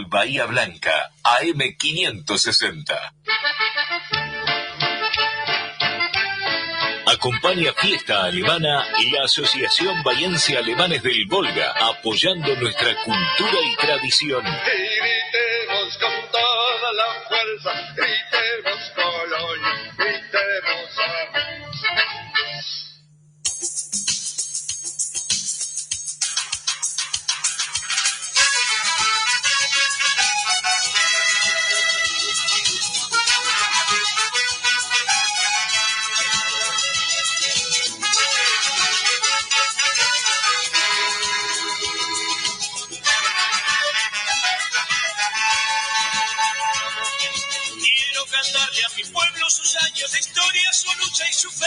Bahía Blanca, AM 560. Acompaña Fiesta Alemana y la Asociación Bahiense Alemanes del Volga, apoyando nuestra cultura y tradición. Gritemos con toda la fuerza, gritemos Colonia, gritemos cantarle a mi pueblo sus años de historia, su lucha y su fe.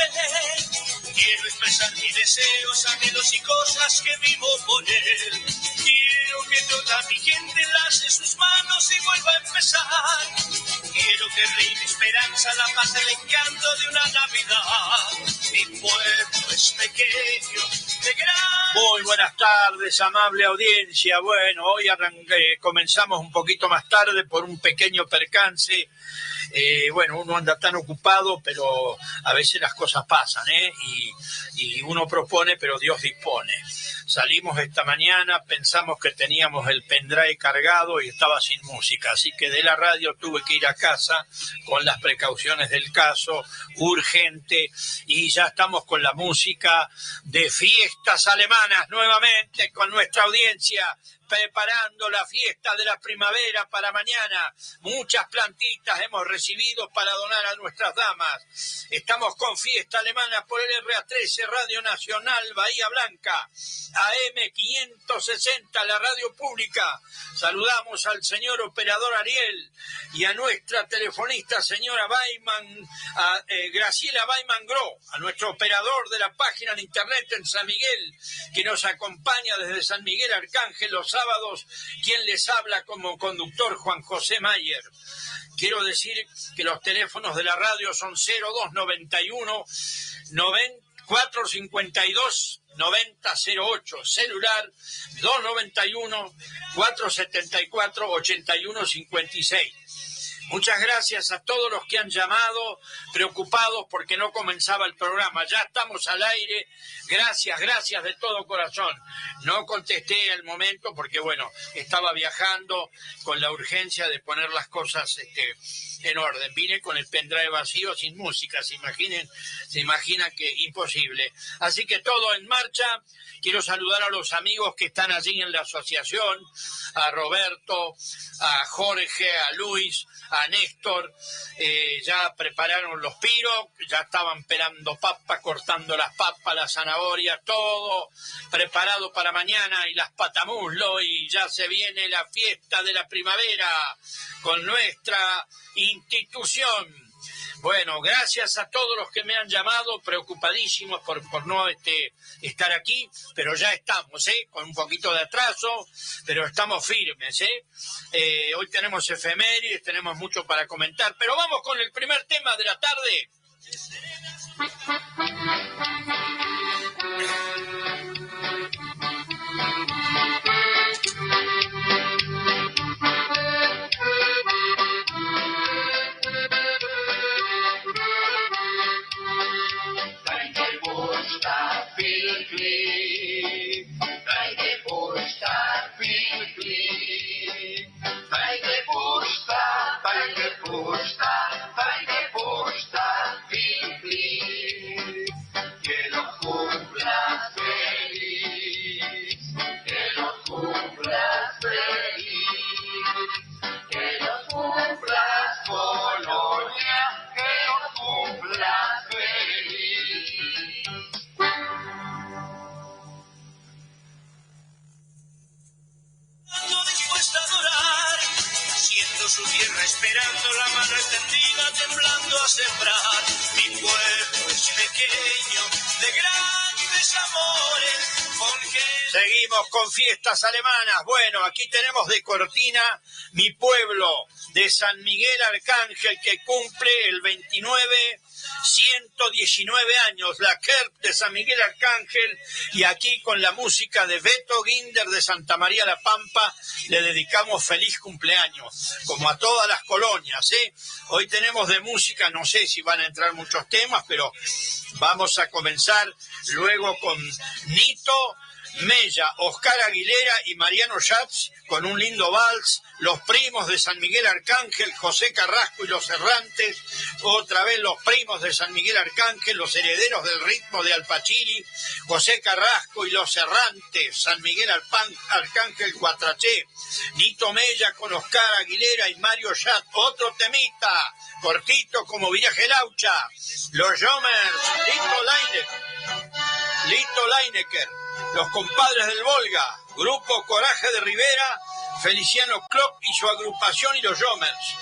Quiero expresar mis deseos, anhelos y cosas que vivo por él. Quiero que toda mi gente enlace sus manos y vuelva a empezar. Quiero que reine esperanza, la paz, el encanto de una Navidad. Mi pueblo es pequeño, de gran... Muy buenas tardes, amable audiencia. Bueno, hoy comenzamos un poquito más tarde por un pequeño percance. Bueno, uno anda tan ocupado, pero a veces las cosas pasan, y uno propone, pero Dios dispone. Salimos esta mañana, pensamos que teníamos el pendrive cargado y estaba sin música, así que de la radio tuve que ir a casa con las precauciones del caso, urgente, y ya estamos con la música de Fiestas Alemanas nuevamente con nuestra audiencia, preparando la fiesta de la primavera para mañana. Muchas plantitas hemos recibido para donar a nuestras damas. Estamos con Fiesta Alemana por el RA13, Radio Nacional Bahía Blanca, AM 560, la radio pública. Saludamos al señor operador Ariel y a nuestra telefonista señora Baiman, Graciela Baiman Gro, a nuestro operador de la página de internet en San Miguel, que nos acompaña desde San Miguel Arcángel los sábados, quien les habla como conductor, Juan José Mayer. Quiero decir que los teléfonos de la radio son 0291 452 9008, celular 291 474 8156. Muchas gracias a todos los que han llamado preocupados porque no comenzaba el programa. Ya estamos al aire. Gracias de todo corazón. No contesté al momento porque, bueno, estaba viajando con la urgencia de poner las cosas en orden. Vine con el pendrive vacío, sin música. Se imaginan que imposible. Así que todo en marcha. Quiero saludar a los amigos que están allí en la asociación, a Roberto, a Jorge, a Luis, a Néstor. Ya prepararon los piros, ya estaban pelando papas, cortando las papas, las zanahorias, todo preparado para mañana, y las patamuslo, y ya se viene la fiesta de la primavera con nuestra institución. Bueno, gracias a todos los que me han llamado, preocupadísimos por no estar aquí, pero ya estamos, con un poquito de atraso, pero estamos firmes, Hoy tenemos efemérides, tenemos mucho para comentar, pero vamos con el primer tema de la tarde. Su tierra esperando, la mano extendida, temblando a sembrar. Mi pueblo es pequeño, de grande desamores, porque... Seguimos con fiestas alemanas. Bueno, aquí tenemos de cortina mi pueblo de San Miguel Arcángel, que cumple el 29, 119 años, la KERP de San Miguel Arcángel, y aquí con la música de Beto Guinder de Santa María La Pampa le dedicamos feliz cumpleaños, como a todas las colonias, ¿eh? Hoy tenemos de música, no sé si van a entrar muchos temas, pero vamos a comenzar luego con Nito Mella, Oscar Aguilera y Mariano Schatz con un lindo vals, los primos de San Miguel Arcángel, José Carrasco y los Errantes, otra vez los primos de San Miguel Arcángel, los herederos del ritmo de Alpachiri, José Carrasco y los Errantes, San Miguel Arcángel Cuatraché, Nito Mella con Oscar Aguilera y Mario Schatz, otro temita, cortito como Viaje Laucha, los Jomers, Lito Leinecker, los compadres del Volga, Grupo Coraje de Rivera, Feliciano Klopp y su agrupación y los Jomers.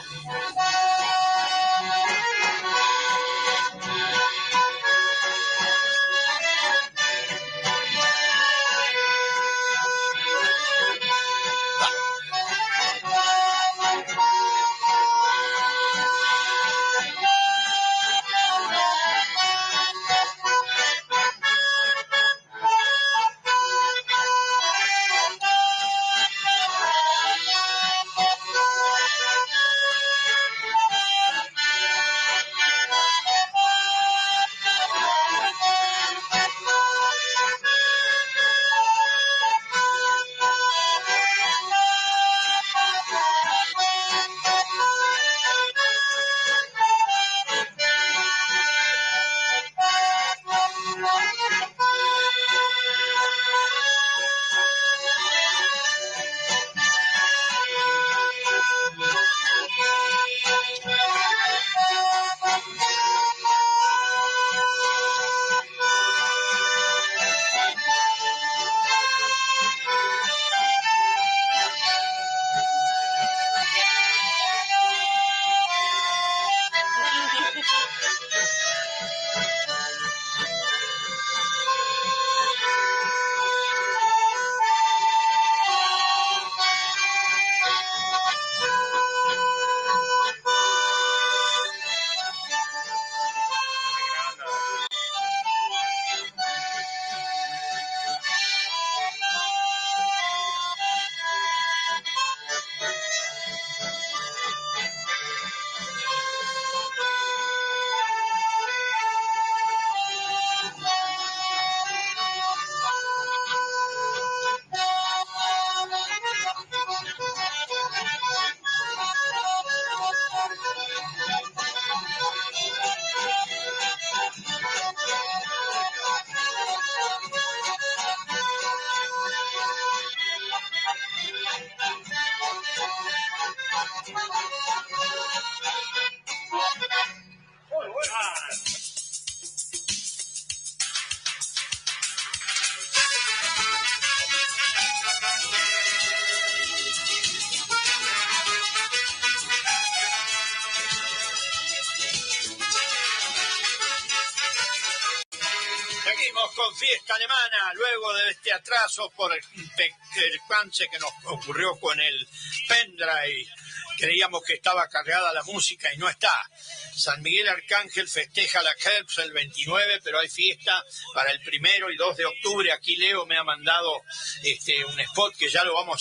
Con fiesta alemana, luego de este atraso por el percance que nos ocurrió con el pendrive. Creíamos que estaba cargada la música y no está. San Miguel Arcángel festeja la KERPS el 29, pero hay fiesta para el 1 y 2 de octubre. Aquí Leo me ha mandado un spot que ya lo vamos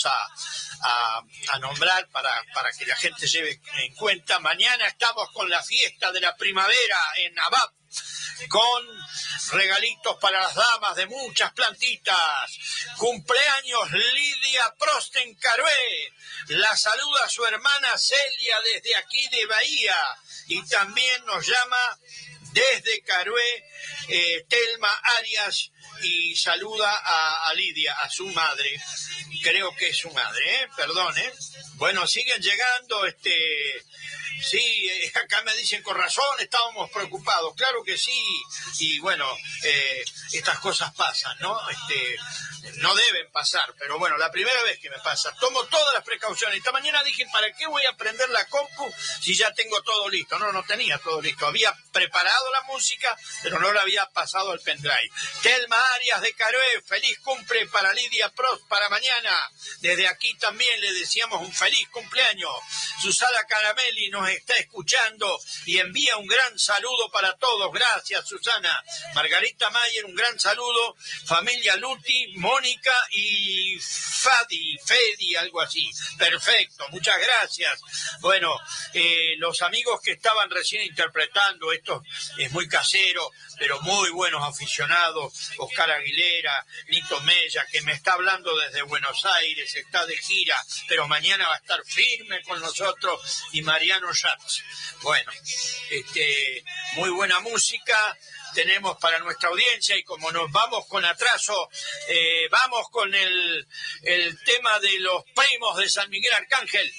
a nombrar para que la gente lleve en cuenta. Mañana estamos con la fiesta de la primavera en ABAP, con regalitos para las damas de muchas plantitas. Cumpleaños Lidia Prost en Carué. La saluda su hermana Celia desde aquí de Bahía. Y también nos llama desde Carué Telma Arias y saluda a Lidia, a su madre. Creo que es su madre, perdón. Bueno, siguen llegando Sí, acá me dicen con razón, estábamos preocupados, claro que sí, y bueno, estas cosas pasan, ¿no? No deben pasar, pero bueno, la primera vez que me pasa, tomo todas las precauciones. Esta mañana dije, ¿para qué voy a prender la compu si ya tengo todo listo? No tenía todo listo, había preparado la música, pero no la había pasado al pendrive. Telma Arias de Caroé, feliz cumple para Lidia Prost para mañana. Desde aquí también le deseamos un feliz cumpleaños. Susana Caramelli nos está escuchando y envía un gran saludo para todos. Gracias, Susana. Margarita Mayer, un gran saludo. Familia Luti, Mónica y Fedi, algo así. Perfecto, muchas gracias. Bueno, los amigos que estaban recién interpretando, esto es muy casero, pero muy buenos aficionados. Oscar Aguilera, Nito Mella, que me está hablando desde Buenos Aires, está de gira, pero mañana va a estar firme con nosotros, y Mariano Schatz. Bueno, muy buena música tenemos para nuestra audiencia, y como nos vamos con atraso, vamos con el tema de los primos de San Miguel Arcángel.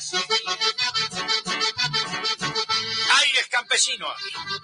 Aires campesinos.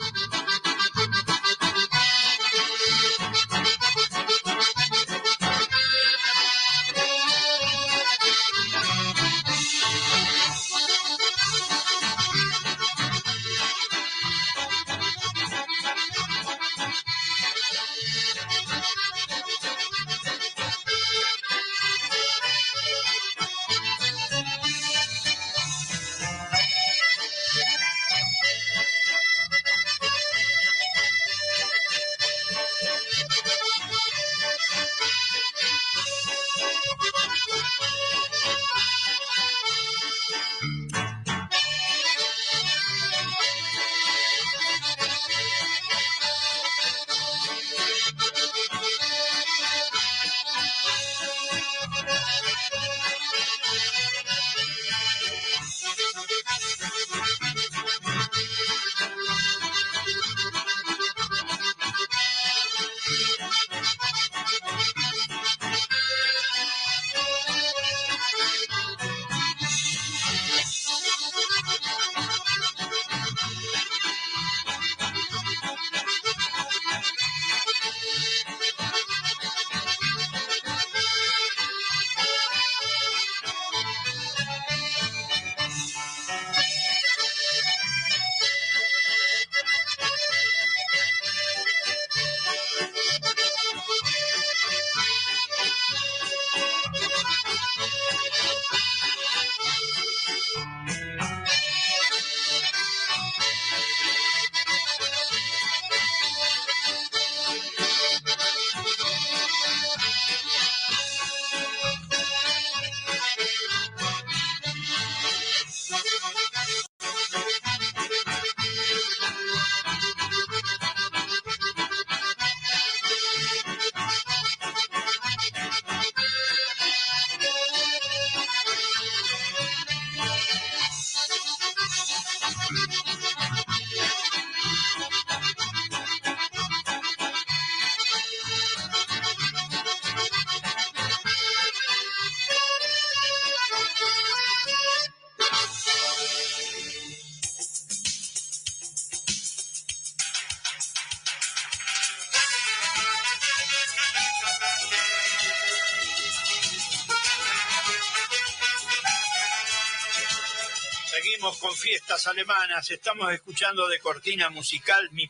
Seguimos con fiestas alemanas, estamos escuchando de cortina musical Mi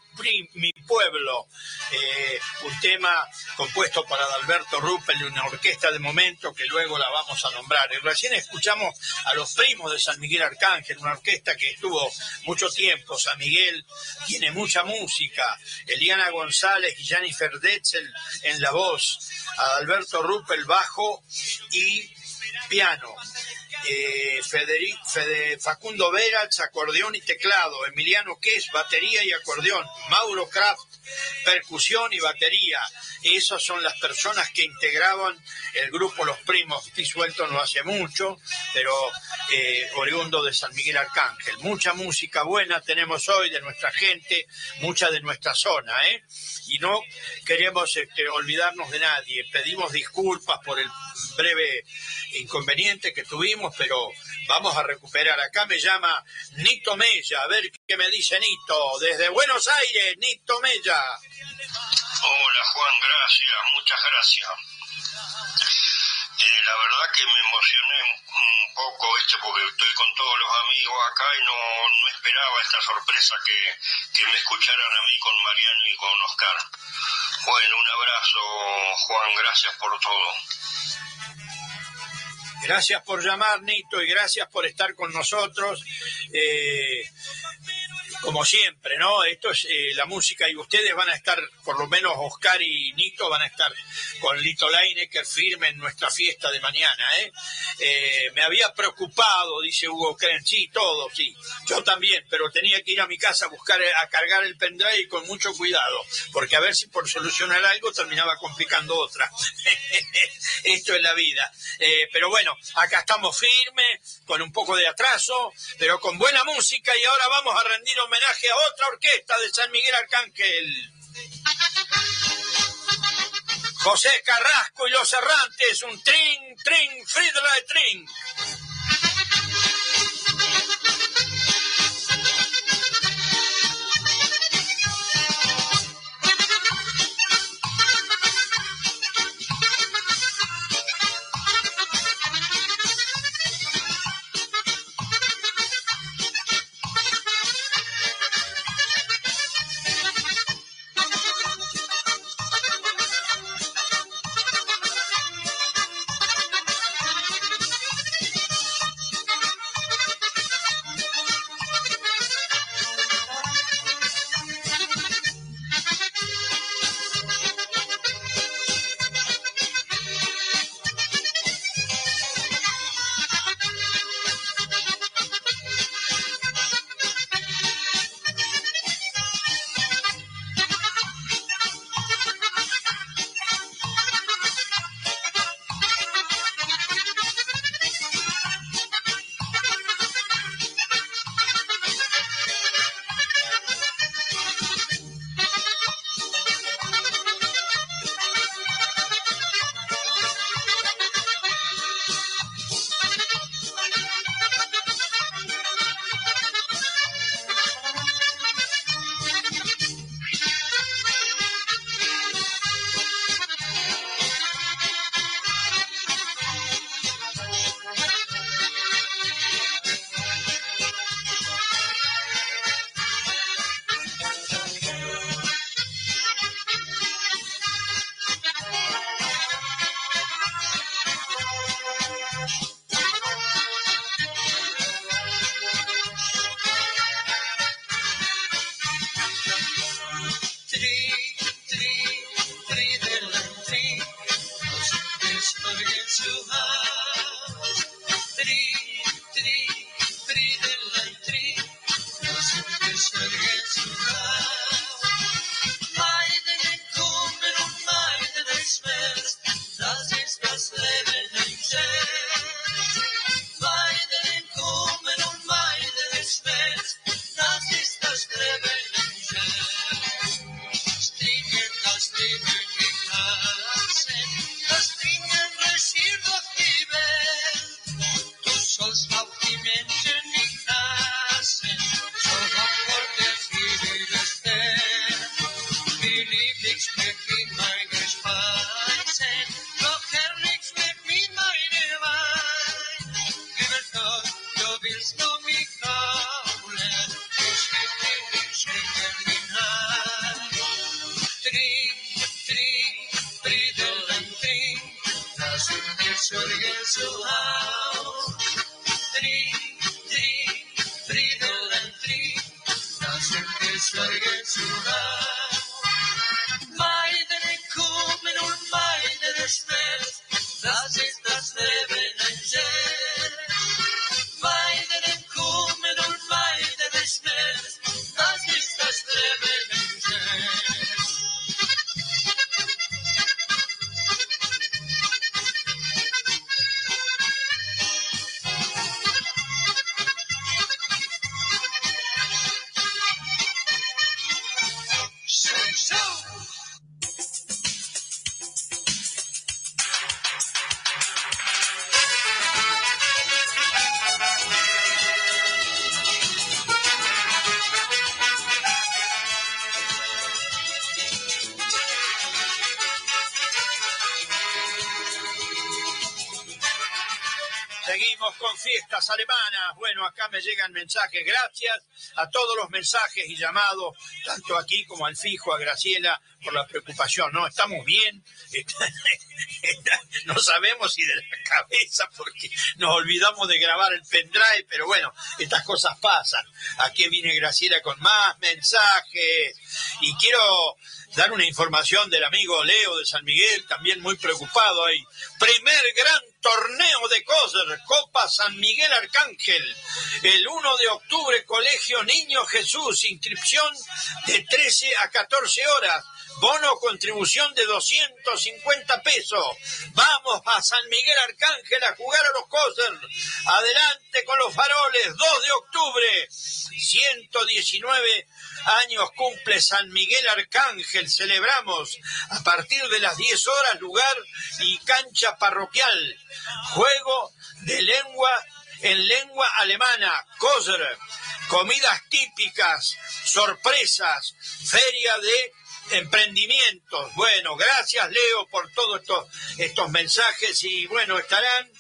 Pueblo, un tema compuesto por Adalberto Ruppel y una orquesta de momento que luego la vamos a nombrar. Y recién escuchamos a los primos de San Miguel Arcángel, una orquesta que estuvo mucho tiempo. San Miguel tiene mucha música, Eliana González y Jennifer Detzel en la voz, Adalberto Ruppel bajo y piano. Facundo Veras, acordeón y teclado, Emiliano Quez, batería y acordeón, Mauro Kraft, percusión y batería. Esas son las personas que integraban el grupo Los Primos, disuelto no hace mucho, pero oriundo de San Miguel Arcángel. Mucha música buena tenemos hoy de nuestra gente, mucha de nuestra zona, y no queremos olvidarnos de nadie. Pedimos disculpas por el breve inconveniente que tuvimos, pero vamos a recuperar. Acá me llama Nito Mella, a ver qué me dice Nito, desde Buenos Aires, Nito Mella. Hola Juan, gracias, muchas gracias. La verdad que me emocioné un poco, porque estoy con todos los amigos acá y no esperaba esta sorpresa que me escucharan a mí con Mariano y con Oscar. Bueno, un abrazo Juan, gracias por todo. Gracias por llamar, Nito, y gracias por estar con nosotros. Como siempre, ¿no? Esto es la música y ustedes van a estar, por lo menos Oscar y Nito van a estar con Lito Leinecker firme en nuestra fiesta de mañana, me había preocupado, dice Hugo Kren, sí, todo, sí, yo también, pero tenía que ir a mi casa a cargar el pendrive con mucho cuidado, porque a ver si por solucionar algo terminaba complicando otra. Esto es la vida. Pero bueno, acá estamos firmes, con un poco de atraso, pero con buena música, y ahora vamos a rendir homenaje a otra orquesta de San Miguel Arcángel. José Carrasco y los Errantes, un trin, trin, Friedla de trin. fiestas alemanas. Bueno, acá me llegan mensajes. Gracias a todos los mensajes y llamados, tanto aquí como al fijo, a Graciela, por la preocupación. No, estamos bien. No sabemos si de la cabeza, porque nos olvidamos de grabar el pendrive, pero bueno, estas cosas pasan. Aquí viene Graciela con más mensajes. Y quiero dar una información del amigo Leo de San Miguel, también muy preocupado ahí. Primer gran torneo de Coser, Copa San Miguel Arcángel, el 1 de octubre, Colegio Niño Jesús, inscripción de 13 a 14 horas, bono contribución de 250 pesos. Vamos a San Miguel Arcángel a jugar a los Coser. Adelante con los faroles, 2 de octubre, 119 años cumple San Miguel Arcángel. Celebramos a partir de las 10 horas, lugar y cancha parroquial. Juego de lengua en lengua alemana, Koser, comidas típicas, sorpresas, feria de emprendimientos. Bueno, gracias Leo por todos estos mensajes y bueno, estarán...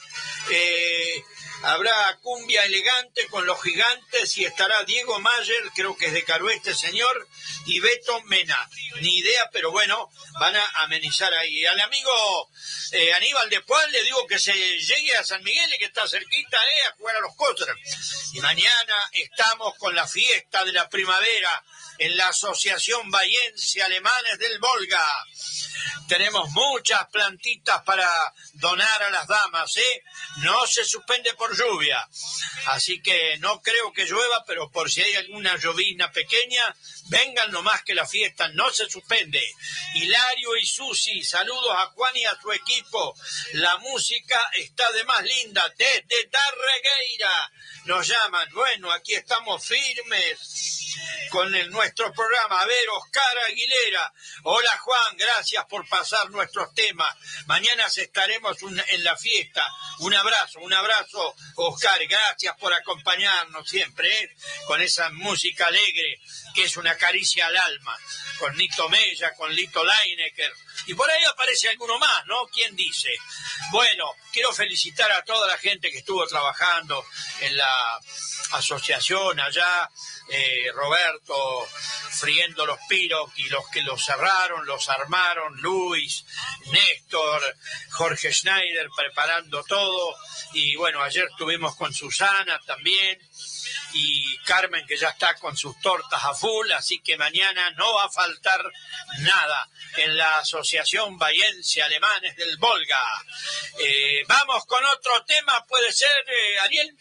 habrá cumbia elegante con los gigantes y estará Diego Mayer, creo que es de Carué este señor, y Beto Mena. Ni idea, pero bueno, van a amenizar ahí. Al amigo Aníbal de Pual le digo que se llegue a San Miguel, que está cerquita, a jugar a los Coser. Y mañana estamos con la fiesta de la primavera en la Asociación Bahiense Alemanes del Volga. Tenemos muchas plantitas para donar a las damas, No se suspende por lluvia, así que no creo que llueva, pero por si hay alguna llovizna pequeña, vengan nomás que la fiesta no se suspende. Hilario y Susi, saludos a Juan y a su equipo. La música está de más linda, desde Darregueira nos llaman. Bueno, aquí estamos firmes con nuestro programa. A ver, Oscar Aguilera. Hola Juan, gracias por pasar nuestros temas. Mañana estaremos en la fiesta. Un abrazo Oscar, gracias por acompañarnos siempre, con esa música alegre que es una caricia al alma, con Nito Mella, con Lito Leinecker, y por ahí aparece alguno más, ¿no? ¿Quién dice? Bueno, quiero felicitar a toda la gente que estuvo trabajando en la asociación allá, Roberto friendo los piros y los que los cerraron, los armaron, Luis, Néstor, Jorge Schneider preparando todo, y bueno, ayer estuvimos con Susana también, y Carmen que ya está con sus tortas a full, así que mañana no va a faltar nada en la Asociación Bahiense Alemanes del Volga. Vamos con otro tema, puede ser, Ariel.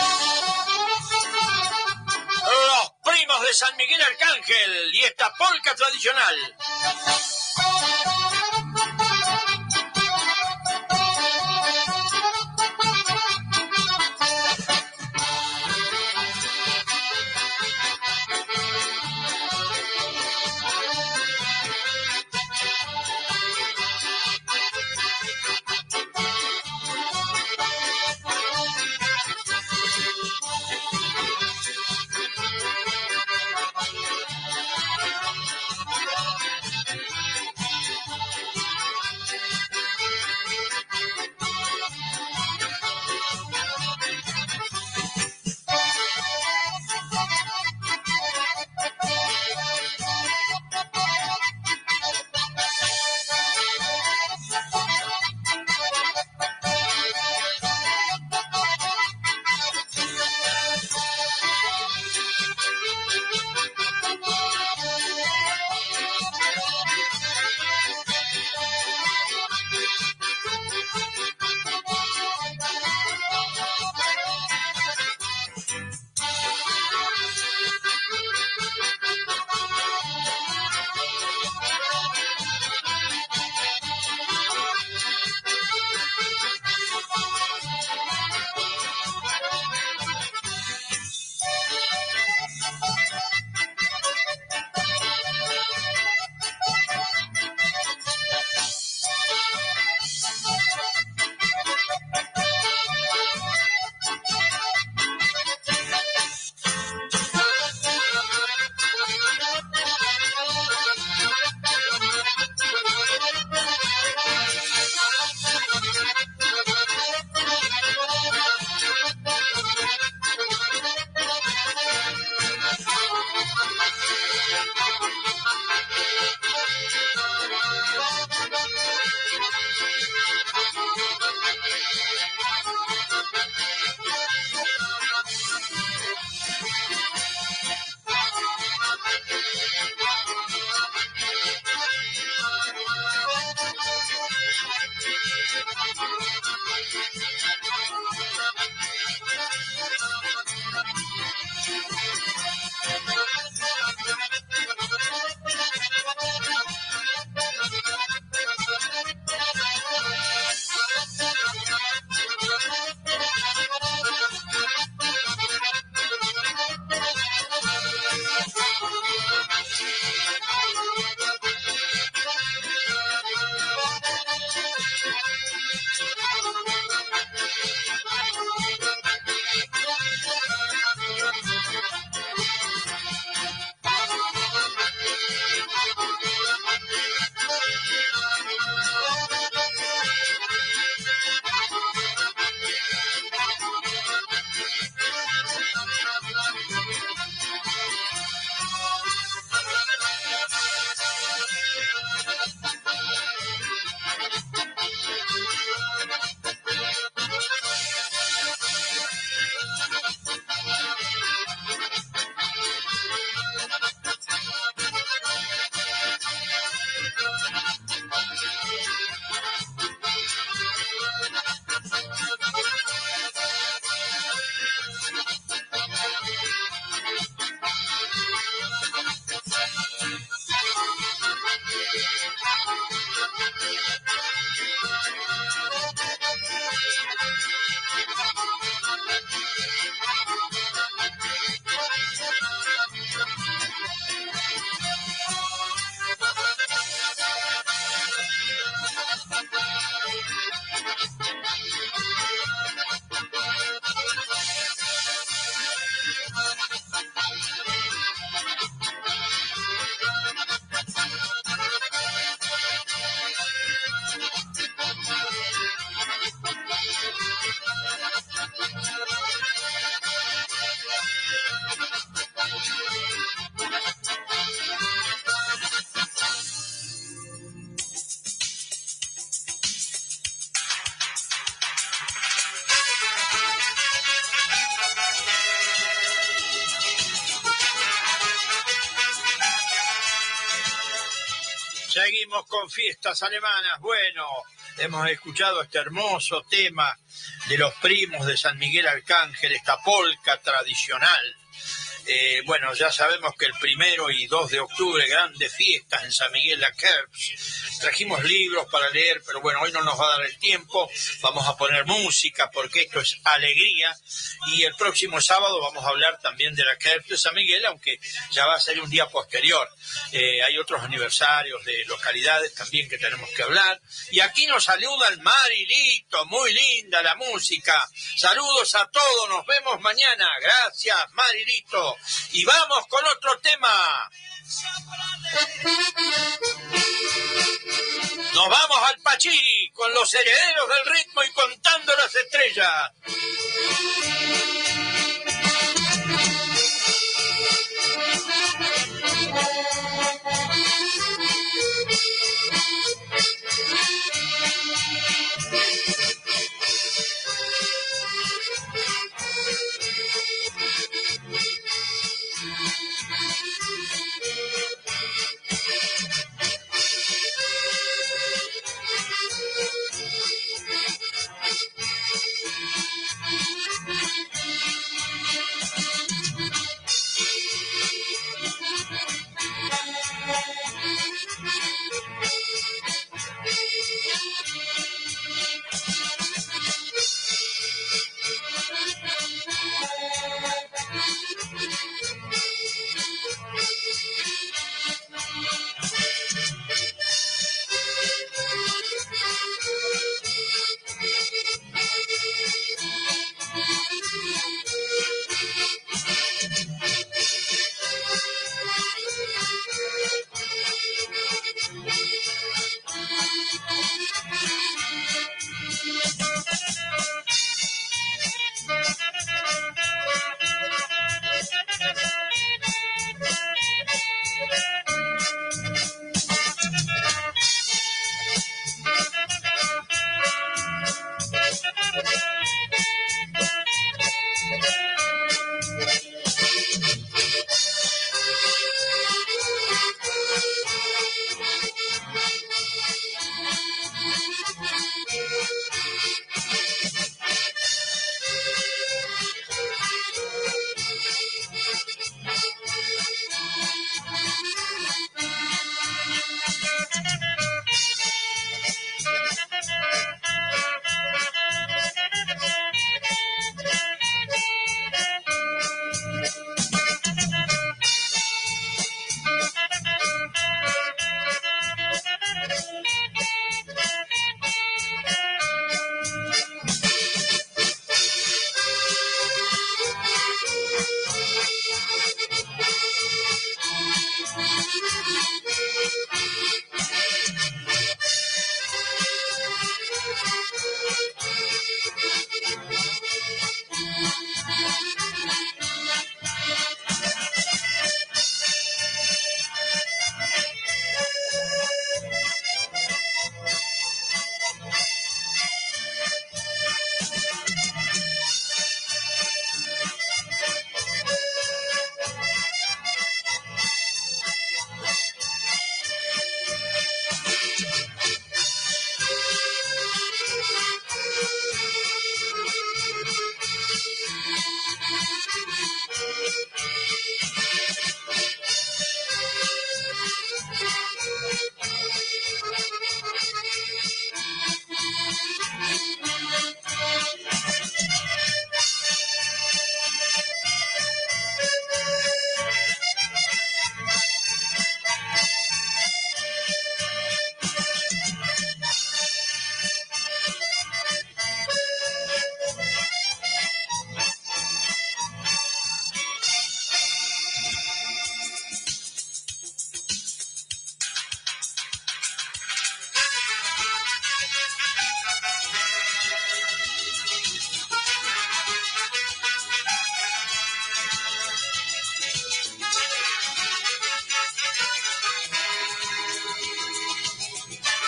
Los primos de San Miguel Arcángel y esta polca tradicional. Seguimos con fiestas alemanas. Bueno, hemos escuchado este hermoso tema de los primos de San Miguel Arcángel, esta polca tradicional. Bueno, ya sabemos que el 1 y 2 de octubre, grandes fiestas en San Miguel la Kerps. Trajimos libros para leer, pero bueno, hoy no nos va a dar el tiempo. Vamos a poner música porque esto es alegría. Y el próximo sábado vamos a hablar también de la Kerps de San Miguel, aunque ya va a ser un día posterior. Hay otros aniversarios de localidades también que tenemos que hablar. Y aquí nos saluda el Marilito, muy linda la música. Saludos a todos, nos vemos mañana. Gracias, Marilito. Y vamos con otro tema. Nos vamos al Pachiri con los herederos del ritmo y contando las estrellas.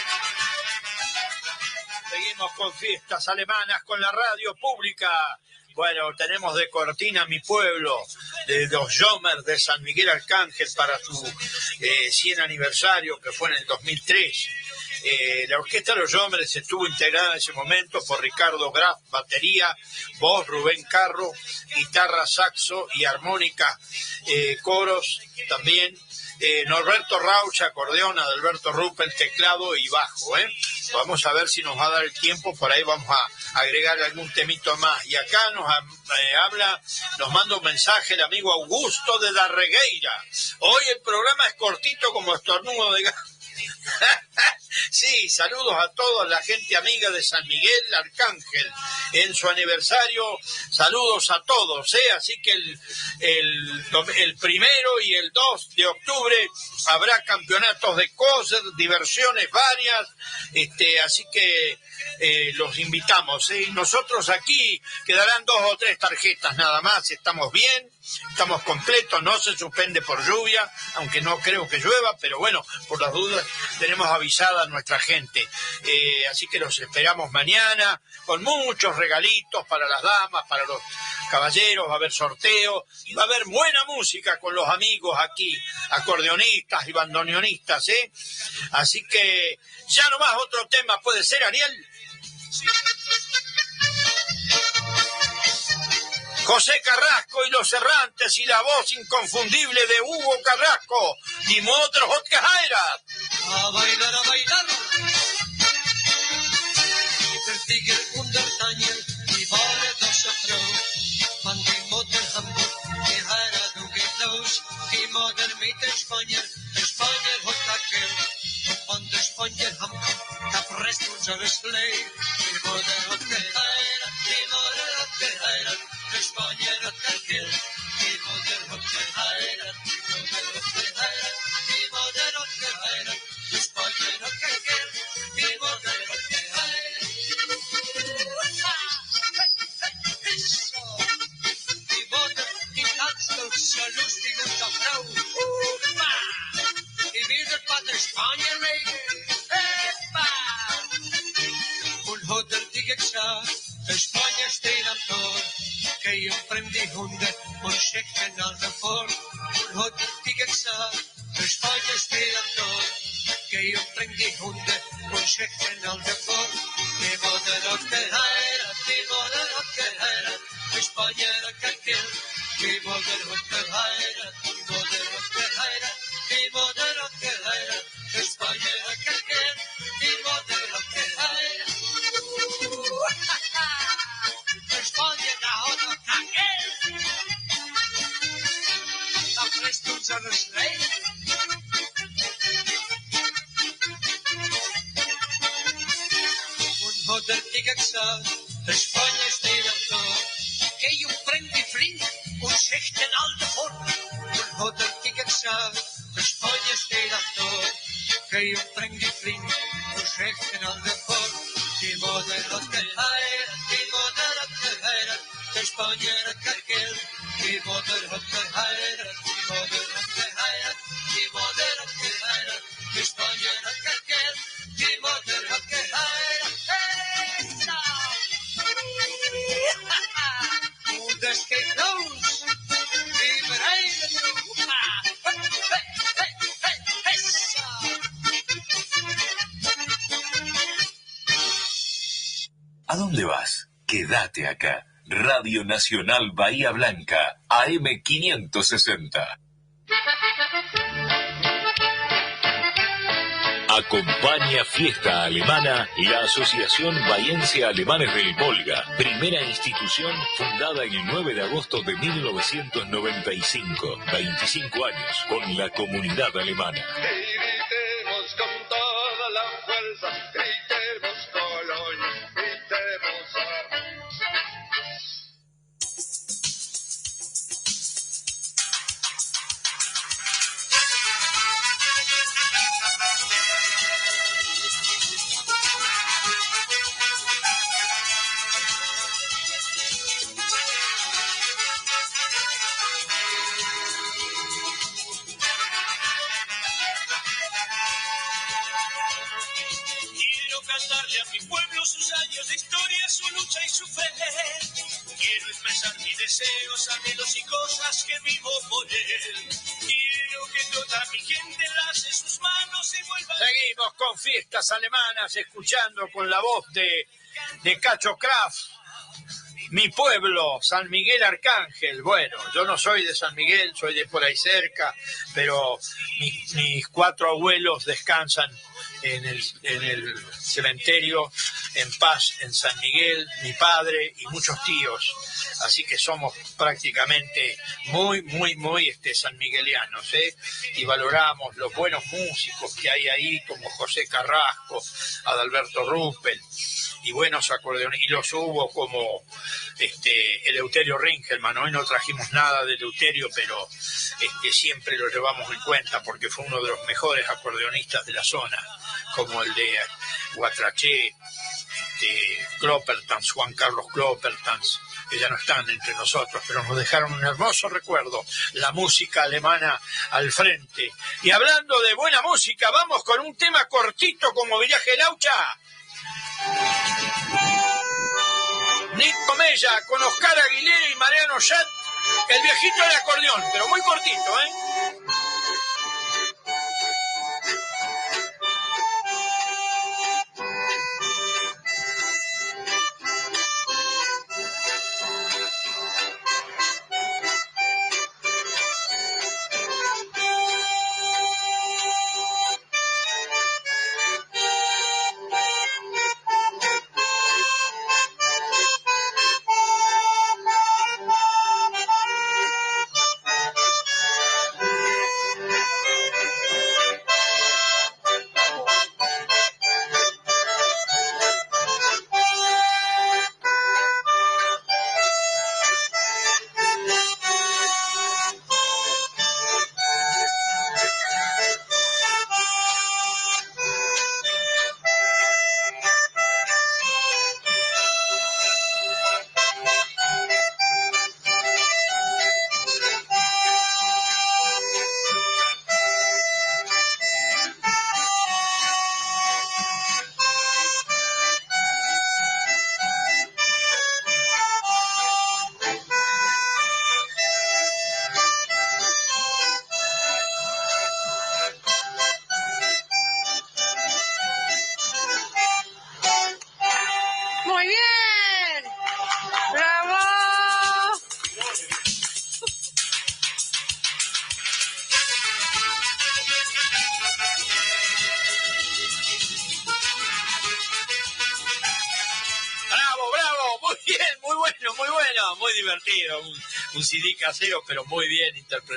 Con fiestas alemanas con la radio pública. Bueno, tenemos de cortina Mi Pueblo, de los Yomers de San Miguel Arcángel para su 100 aniversario, que fue en el 2003. La orquesta de los Yomers estuvo integrada en ese momento por Ricardo Graf, batería, voz, Rubén Carro, guitarra, saxo y armónica, coros también, Norberto Rauch, acordeón, Adalberto Ruppel, teclado y bajo. Vamos a ver si nos va a dar el tiempo, por ahí vamos a agregar algún temito más. Y acá nos manda un mensaje el amigo Augusto de Darregueira. Hoy el programa es cortito como estornudo de gato. Sí, saludos a toda la gente amiga de San Miguel Arcángel en su aniversario, saludos a todos, así que el 1 y el 2 de octubre habrá campeonatos de cosas, diversiones varias, así que los invitamos, nosotros aquí quedarán 2 o 3 tarjetas nada más, estamos bien, estamos completos, no se suspende por lluvia, aunque no creo que llueva, pero bueno, por las dudas tenemos avisada a nuestra gente, así que los esperamos mañana con muchos regalitos para las damas, para los caballeros, va a haber sorteo y va a haber buena música con los amigos aquí, acordeonistas y bandoneonistas, así que ya nomás otro tema puede ser, Ariel. José Carrasco y los Errantes y la voz inconfundible de Hugo Carrasco y Motor Hot Hayrat. A bailar, a bailar. Vertiger undertañen y vare dos afro. Van die motor Hamburg, die Hayrat und Gelaus. Die Moder mit Spanier hot aquel. Van de Spanier Hamburg, da presst unsere Slave. Die Moder hot Hayrat, die Moder hot Hayrat. España no te quiere, mi modelo te jaira, mi modelo te jaira, mi modelo te jaira, España no te quiere, mi modelo te jaira. Mi modelo die tanzt auf so lustig und so Frau. Ich will das bei der Spanier reden. Und hat die gesagt, España steht am Tor. Que yo prendí hunde und schickten al davor und hat die gesagt, España steht am Tor. Que yo prendí hunde und schickten al davor. Mi modelo te jaira, mi modelo te jaira, España era aquel. Mi modelo te jaira, mi modelo te jaira, mi modelo te jaira, España era aquel. Mi modelo te jaira. España da hot aquel. Da presst unsere Slave. Und hat die gesagt, España steht am Tor. Que yo prendí flink und schächten all davor. Und hat die gesagt, España steht am Tor. Que yo prendí flink und schächten all davor. Die Modelo te jaira, die Modelo te jaira, España era aquel. Die Modelo te jaira, die Modelo te jaira, die Modelo te jaira, España era aquel. Die Modelo te jaira, und es geht los, wie bereiten du. ¿A dónde vas? Quédate acá. Radio Nacional Bahía Blanca, AM 560. Acompaña Fiesta Alemana la Asociación Bahiense Alemanes del Volga, primera institución fundada el 9 de agosto de 1995, 25 años con la comunidad alemana. Y gritemos con toda la fuerza, gritemos Colonia, gritemos Quiero cantarle a mi pueblo sus años de historia, su lucha y su fe. Quiero expresar mis deseos, anhelos y cosas que vivo por él. Quiero que toda mi gente enlace sus manos y vuelva. Seguimos con fiestas alemanas, escuchando con la voz de Cacho Kraft. Mi pueblo, San Miguel Arcángel. Bueno, yo no soy de San Miguel, soy de por ahí cerca, pero mis 4 abuelos descansan en el cementerio en paz en San Miguel, mi padre y muchos tíos. Así que somos prácticamente muy sanmiguelianos, ¿eh? Y valoramos los buenos músicos que hay ahí, como José Carrasco, Adalberto Ruppel, y buenos acordeones, y los hubo como Eleuterio Ringelmann. Hoy no trajimos nada de Eleuterio, pero siempre lo llevamos en cuenta porque fue uno de los mejores acordeonistas de la zona, como el de Guatraché, Kloppertans, Juan Carlos Kloppertans, que ya no están entre nosotros, pero nos dejaron un hermoso recuerdo, la música alemana al frente. Y hablando de buena música, vamos con un tema cortito como Viaje Laucha. Nico Mella con Oscar Aguilera y Mariano Yat, el viejito del acordeón, pero muy cortito, ¿eh? Muy divertido, un CD casero, pero muy bien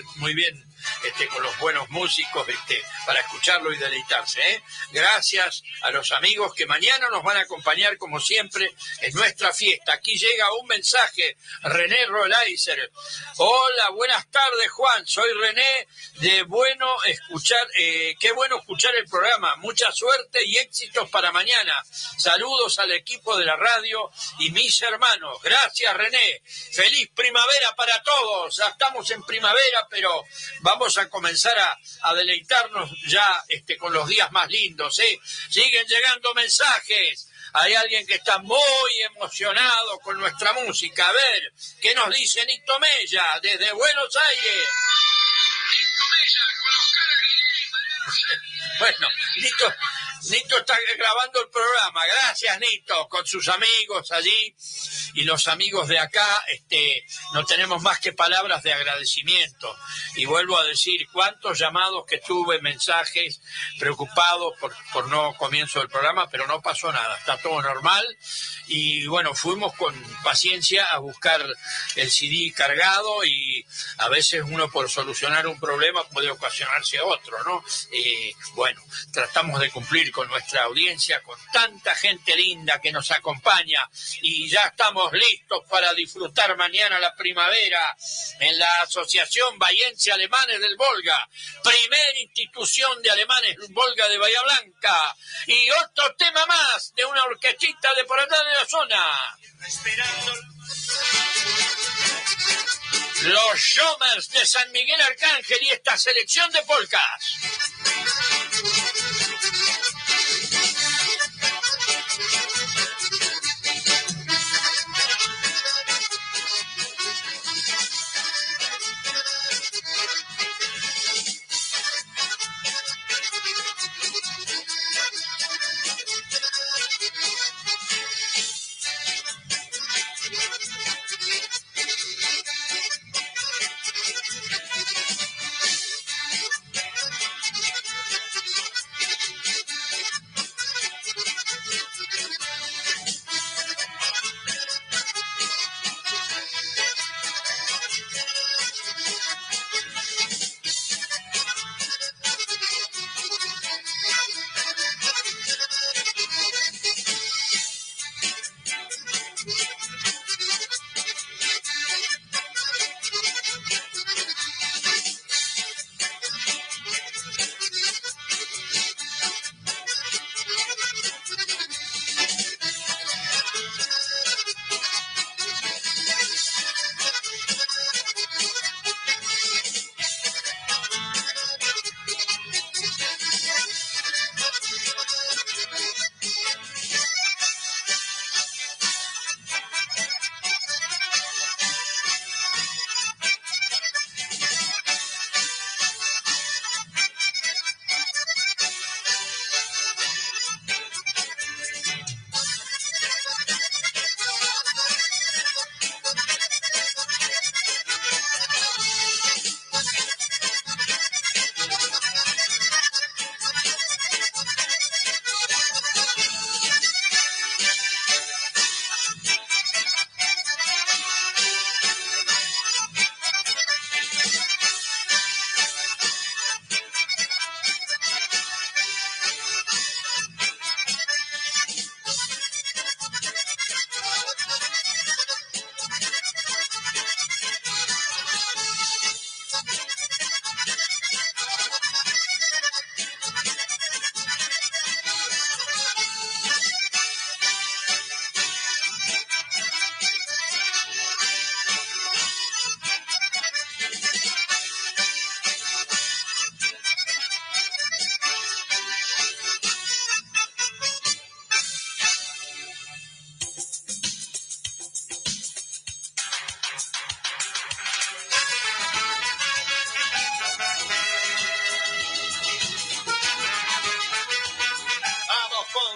con los buenos músicos, para escucharlo y deleitarse, ¿eh? Gracias a los amigos que mañana nos van a acompañar como siempre en nuestra fiesta. Aquí llega un mensaje, René Rolaiser. Hola, buenas tardes, Juan, soy René, qué bueno escuchar el programa, mucha suerte y éxitos para mañana. Saludos al equipo de la radio y mis hermanos. Gracias, René. Feliz primavera para todos. Ya estamos en primavera, pero vamos a comenzar a deleitarnos ya con los días más lindos, ¿eh? Siguen llegando mensajes. Hay alguien que está muy emocionado con nuestra música. A ver, ¿qué nos dice Nito Mella desde Buenos Aires? Nito Mella con Oscar Aguilera y Mariano. Bueno, Nito está grabando el programa. Gracias, Nito, con sus amigos allí y los amigos de acá. No tenemos más que palabras de agradecimiento. Y vuelvo a decir, cuántos llamados que tuve, mensajes, preocupados por no comienzo del programa, pero no pasó nada, está todo normal. Y bueno, fuimos con paciencia a buscar el CD cargado y a veces uno por solucionar un problema puede ocasionarse otro, ¿no? Bueno, tratamos de cumplir con nuestra audiencia, con tanta gente linda que nos acompaña y ya estamos listos para disfrutar mañana la primavera en la Asociación Bahiense Alemanes del Volga, primera institución de alemanes del Volga de Bahía Blanca, y otro tema más de una orquestita de por allá de la zona. Los Jomers de San Miguel Arcángel y esta selección de polcas.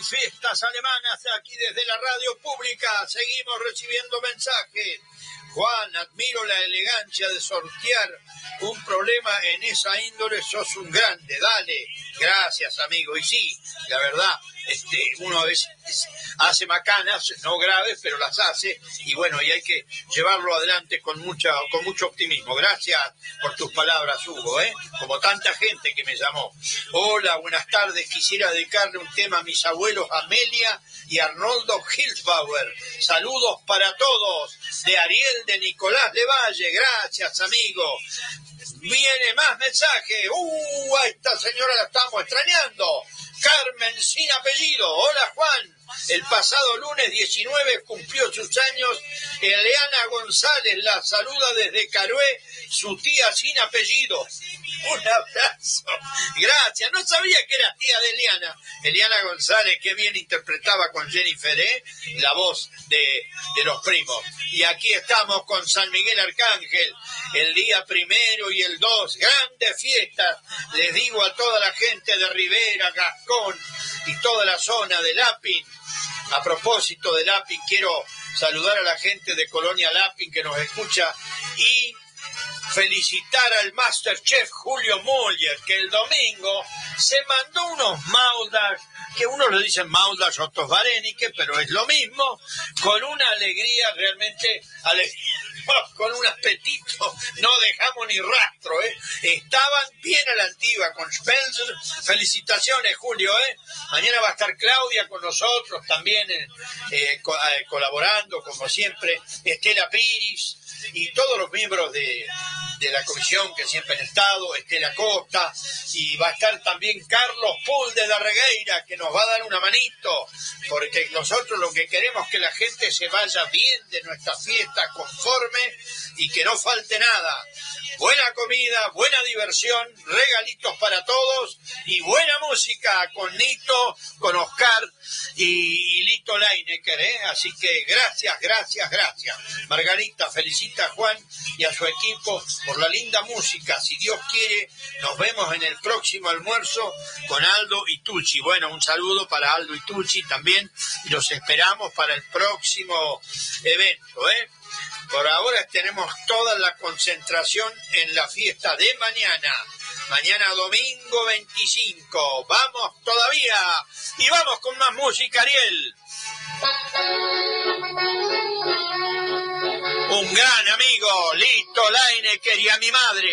fiestas alemanas aquí desde la radio pública. Seguimos recibiendo mensajes. Juan, admiro la elegancia de sortear un problema en esa índole, sos un grande, dale. Gracias, amigo. Y sí, la verdad, uno a veces hace macanas, no graves, pero las hace, y bueno, y hay que llevarlo adelante con mucho optimismo. Gracias por tus palabras, Hugo, como tanta gente que me llamó. Hola, buenas tardes, quisiera dedicarle un tema a mis abuelos Amelia y Arnoldo Hilsbauer. Saludos para todos, de Ariel de Nicolás de Valle. Gracias, amigo. Viene más mensaje. A esta señora la estamos extrañando. Carmen sin apellido. Hola, Juan. El pasado lunes 19 cumplió sus años. Eliana González la saluda desde Carué, su tía sin apellido. Un abrazo. Gracias. No sabía que era tía de Eliana. Eliana González, que bien interpretaba con Jennifer, la voz de los primos. Y aquí estamos con San Miguel Arcángel, el día 1 y el 2. Grandes fiestas. Les digo a toda la gente de Rivera, Gascón y toda la zona de Lapin. A propósito de Lapin, quiero saludar a la gente de Colonia Lapin que nos escucha y felicitar al Masterchef Julio Moller, que el domingo se mandó unos maudas, que unos le dicen maudas, otros varenique, pero es lo mismo, con una alegría realmente, con un apetito, no dejamos ni rastro, estaban bien a la antigua con Spencer. Felicitaciones, Julio, mañana va a estar Claudia con nosotros también, colaborando como siempre, Estela Piris y todos los miembros de la comisión que siempre han estado, Estela Costa, y va a estar también Carlos Pool de la Regueira, que nos va a dar una manito, porque nosotros lo que queremos es que la gente se vaya bien de nuestra fiesta, conforme, y que no falte nada. Buena comida, buena diversión, regalitos para todos y buena música con Nito, con Oscar y Lito Leinecker, Así que gracias. Margarita felicita a Juan y a su equipo por la linda música. Si Dios quiere, nos vemos en el próximo almuerzo con Aldo y Tucci. Bueno, un saludo para Aldo y Tucci también, y los esperamos para el próximo evento, Por ahora tenemos toda la concentración en la fiesta de mañana. Mañana domingo 25. Vamos todavía. Y vamos con más música, Ariel. Un gran amigo, Lito Leinecker, y a mi madre.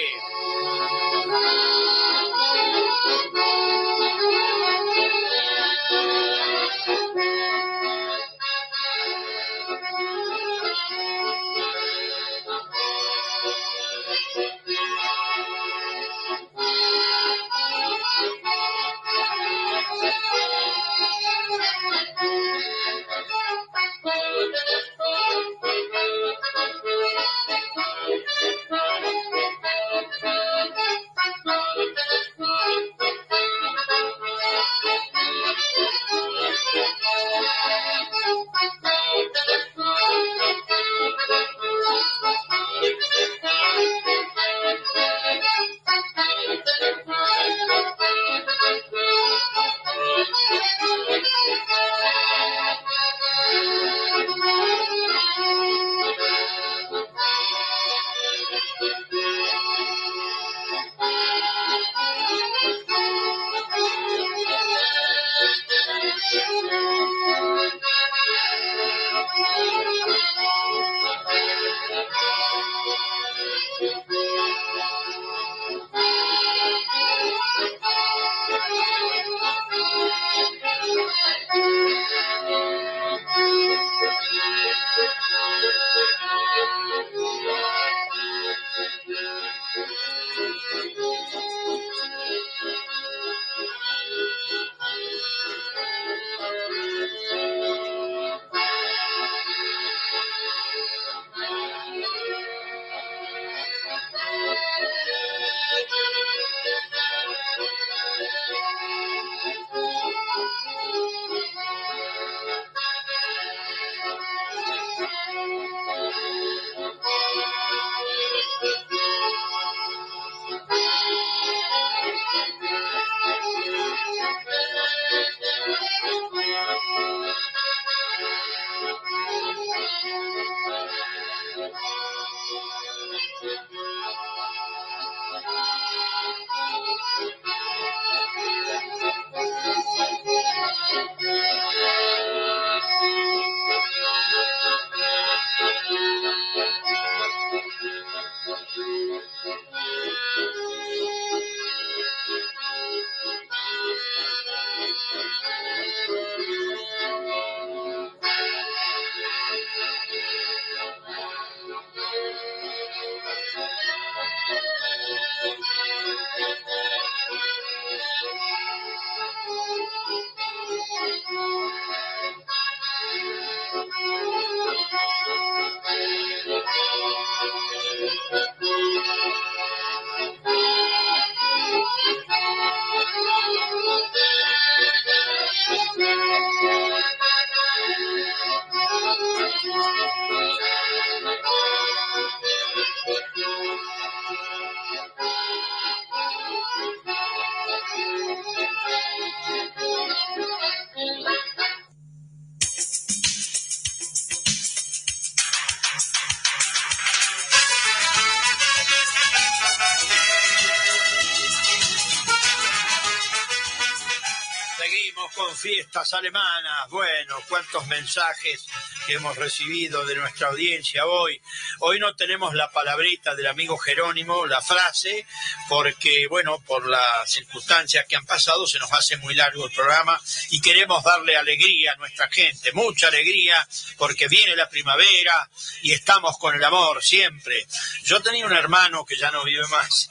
Con fiestas alemanas. Bueno, cuántos mensajes que hemos recibido de nuestra audiencia hoy. Hoy no tenemos la palabrita del amigo Jerónimo, la frase, porque, bueno, por las circunstancias que han pasado se nos hace muy largo el programa y queremos darle alegría a nuestra gente, mucha alegría, porque viene la primavera y estamos con el amor siempre. Yo tenía un hermano que ya no vive más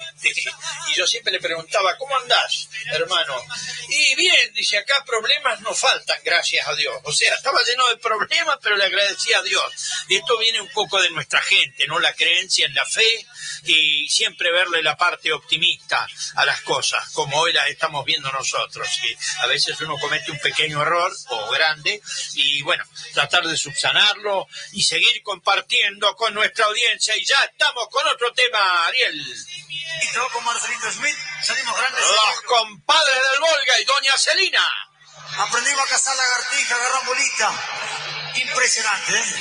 y yo siempre le preguntaba, ¿cómo andás, hermano? Y bien, dice, acá problemas no faltan, gracias a Dios. O sea, estaba lleno de problemas, pero le agradecía a Dios. Y esto viene un poco de nuestra gente, ¿no? La creencia en la fe y siempre verle la parte optimista a las cosas, como hoy las estamos viendo nosotros. Que a veces uno comete un pequeño error o grande y, bueno, tratar de subsanarlo y seguir compartiendo con nuestra audiencia. Y ya estamos con otro tema, Ariel. Listo, con Marcelito Smith, salimos grandes. Los compadres del Volga y doña Celina. Aprendimos a cazar lagartija, agarrar bolita. Impresionante, ¿eh?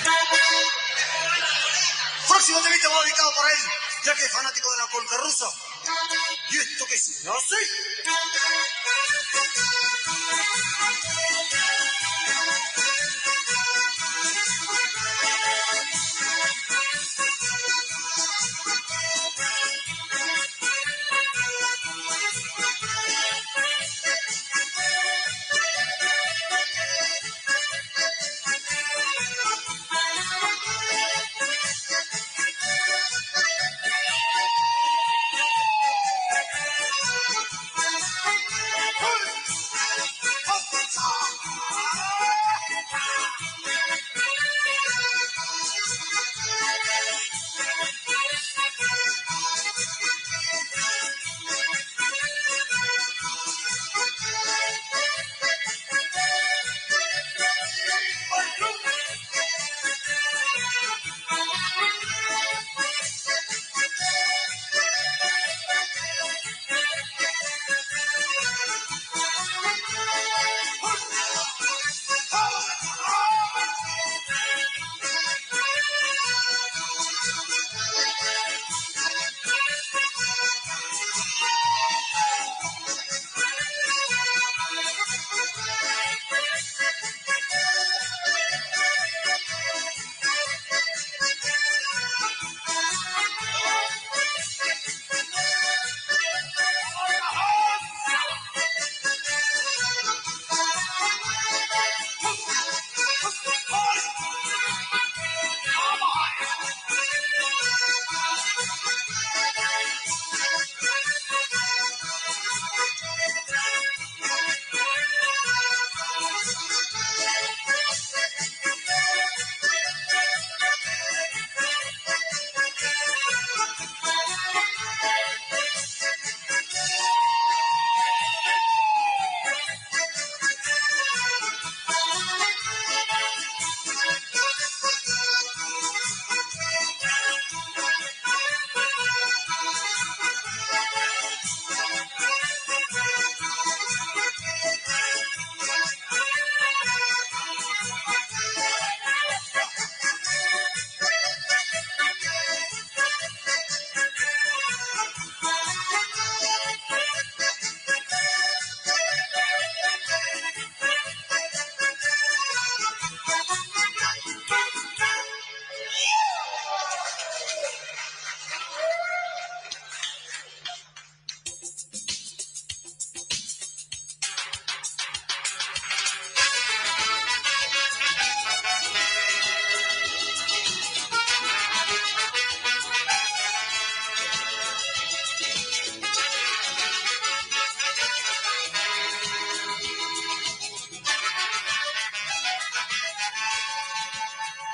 Próximo temita va dedicado para él, ya que es fanático de la polka rusa. ¿Y esto qué es? ¿No sé?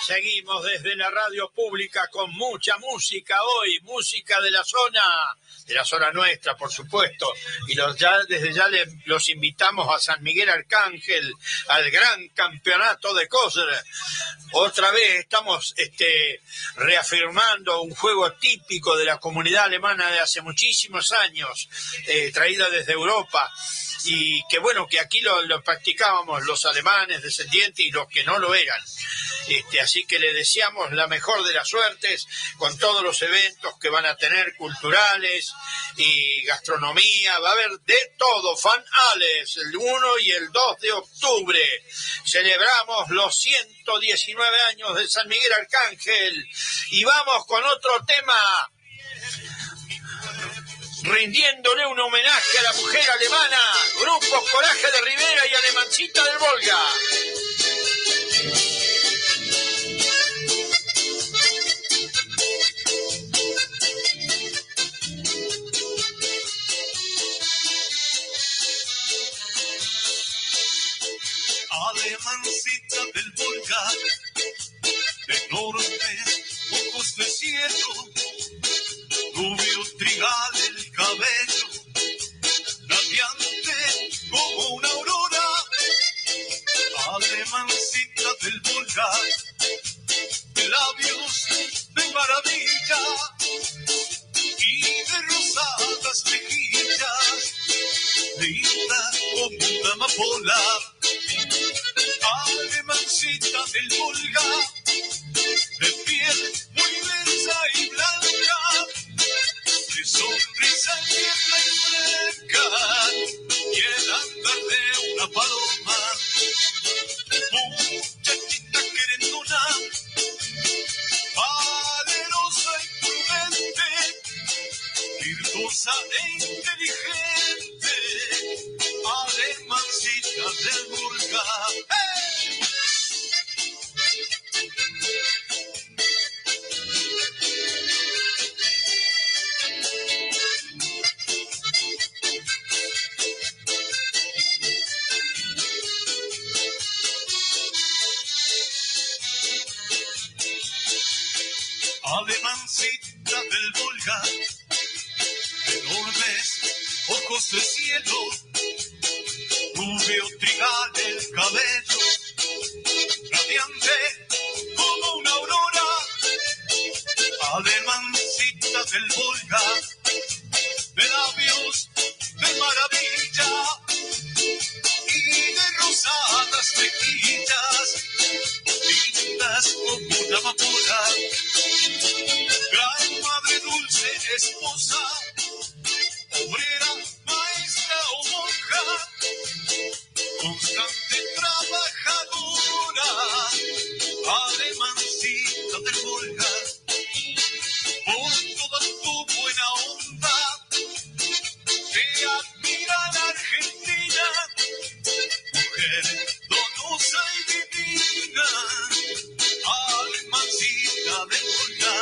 Seguimos desde la radio pública con mucha música hoy, música de la zona nuestra, por supuesto. Y desde ya los invitamos a San Miguel Arcángel, al gran campeonato de Kosser. Otra vez estamos reafirmando un juego típico de la comunidad alemana de hace muchísimos años, traída desde Europa. Y que bueno, que aquí lo practicábamos los alemanes descendientes y los que no lo eran. Así que le deseamos la mejor de las suertes con todos los eventos que van a tener, culturales y gastronomía. Va a haber de todo, fanales, el 1 y el 2 de octubre. Celebramos los 119 años de San Miguel Arcángel y vamos con otro tema, rindiéndole un homenaje a la mujer alemana, Grupo Coraje de Rivera y Alemancita del Volga. Alemancita del Volga, enormes ojos de cielo, rubio trigal el cabello, radiante como una aurora. Alemancita del Volga, de labios de maravilla y de rosadas mejillas, linda como una amapola. Alemancita del Volga, de piel muy densa y blanca, de sonrisa tierna y fresca, y el andar de una paloma. Muchachita querendona, valerosa y prudente, virtuosa e inteligente, Alemancita del Volga. Alemancita del Volga, enormes ojos de cielo, rubio trigal el cabello, radiante como una aurora. Alemancita del Volga, de labios de maravilla y de rosadas mejillas, lindas como una amapola. Gran madre dulce, esposa, obrera, maestra o monja, constante trabajadora, Alemancita del Volga, por toda tu buena onda, te admira la Argentina, mujer donosa y divina, Alemancita del Volga.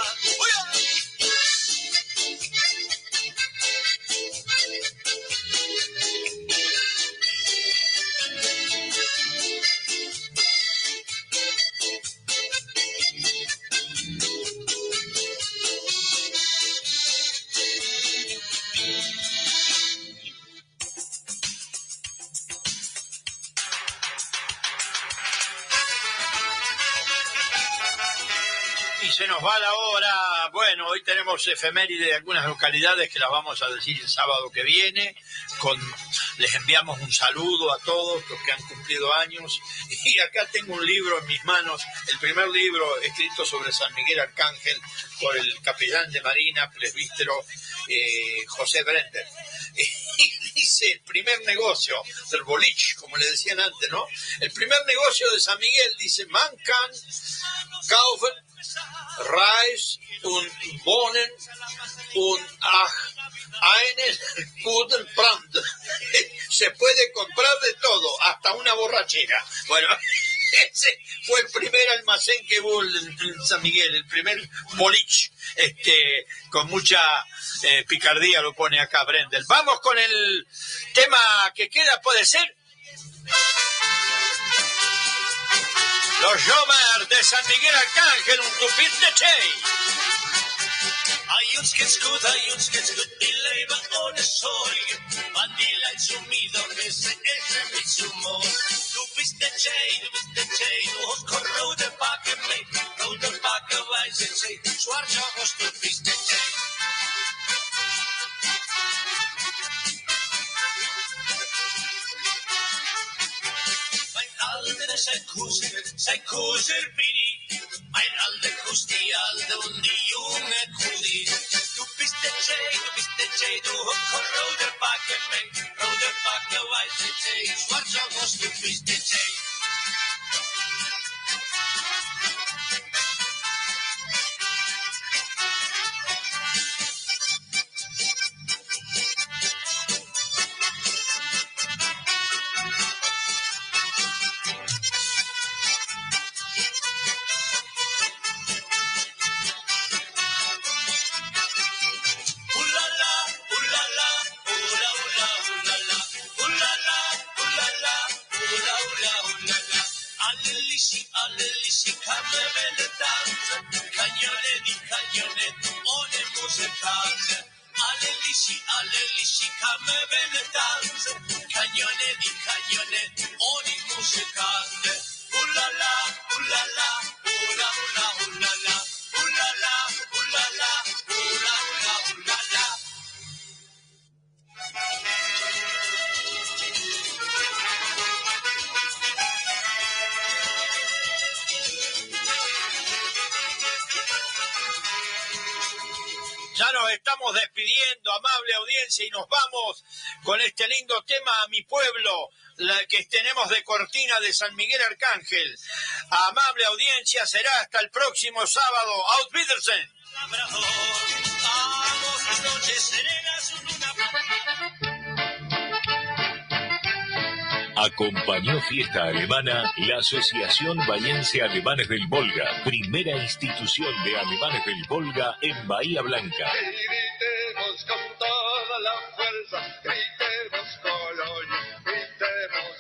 Se nos va la hora. Bueno, hoy tenemos efeméride de algunas localidades que las vamos a decir el sábado que viene. Les enviamos un saludo a todos los que han cumplido años. Y acá tengo un libro en mis manos, el primer libro escrito sobre San Miguel Arcángel por el capellán de Marina, presbítero José Brender. Y dice el primer negocio del boliche, como le decían antes, ¿no? El primer negocio de San Miguel dice: Man kann kaufen Reis und Bohnen und einen guten Brand. Se puede comprar de todo, hasta una borrachera. Bueno, ese fue el primer almacén que hubo en San Miguel, el primer boliche, con mucha picardía lo pone acá Brendel. Vamos con el tema que queda, ¿puede ser? Los Jomers de San Miguel Arcángel, un tupit de Che. Ai uns que ens i leiva ohne Sorge, Vanilla il sumido que se esse mit Humor. Du bist der Jay, du hast kein rote Backe mehr, rote Backe, weiße Jay, schwarze Augen, du bist der Jay. Mein Alter, sein Kuser bin ich, mein Alter kusst die Alte und die junge Kudi. Du bist der Jay, du hast kein rote Backe mehr, rote Backe, weiße Jay, schwarze Augen, du bist der Jay. All'ellissi, come belle danze, cagnone, ohne musicale. All'ellissi, come belle danze, cagnone, ohne musicale. Ulala, ulala, ula, ula, ulala, ulala, ulala, ula, ula, ulala. Ya nos estamos despidiendo, amable audiencia, y nos vamos con este lindo tema A mi pueblo, que tenemos de cortina de San Miguel Arcángel. Amable audiencia, será hasta el próximo sábado. Auf Wiedersehen. Acompañó Fiesta Alemana la Asociación Bahiense Alemanes del Volga, primera institución de alemanes del Volga en Bahía Blanca. Y gritemos con toda la fuerza, gritemos Colonia, gritemos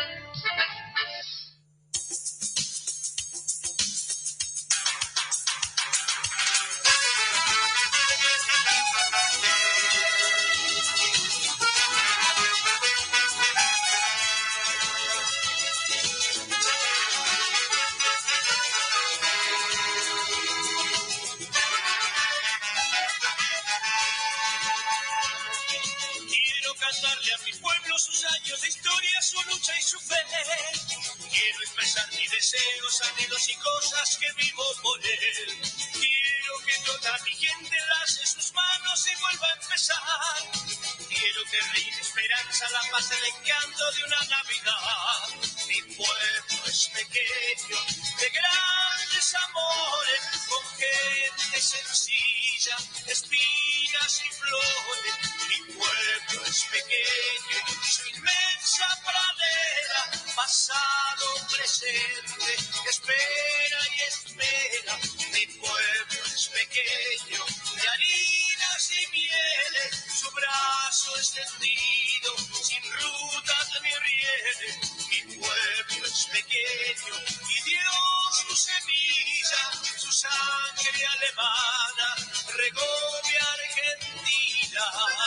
cantarle a mi pueblo sus años de historia, su lucha y su fe. Quiero expresar mis deseos, anhelos y cosas que vivo por él. Quiero que toda mi gente lace sus manos y vuelva a empezar. Quiero que reine esperanza, la paz, el encanto de una Navidad. Mi pueblo es pequeño, de grandes amores, con gente sencilla, espigas y flores. Mi pueblo es pequeño, su inmensa pradera, pasado, presente, espera y espera. Mi pueblo es pequeño, de harinas y mieles, su brazo extendido, sin rutas ni rieles. Mi pueblo es pequeño y dio su semilla, su sangre alemana, regó mi Argentina.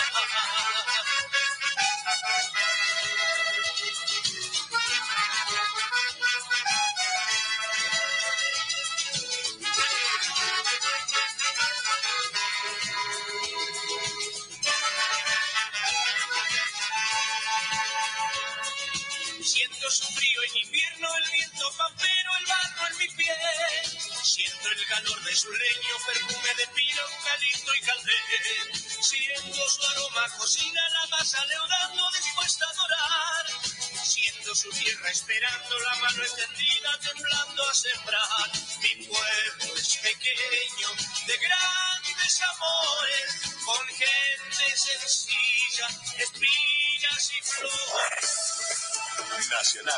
Siento su frío en invierno, el viento pampero, el barro en mi piel. Siento el calor de su leño, perfume de pino, eucalipto y caldel. Siento su aroma, cocina la masa, leudando, dispuesta a adorar. Siento su tierra esperando, la mano extendida, temblando a sembrar. Mi pueblo es pequeño, de grandes amores, con gente sencilla, espigas y flores. Nacional.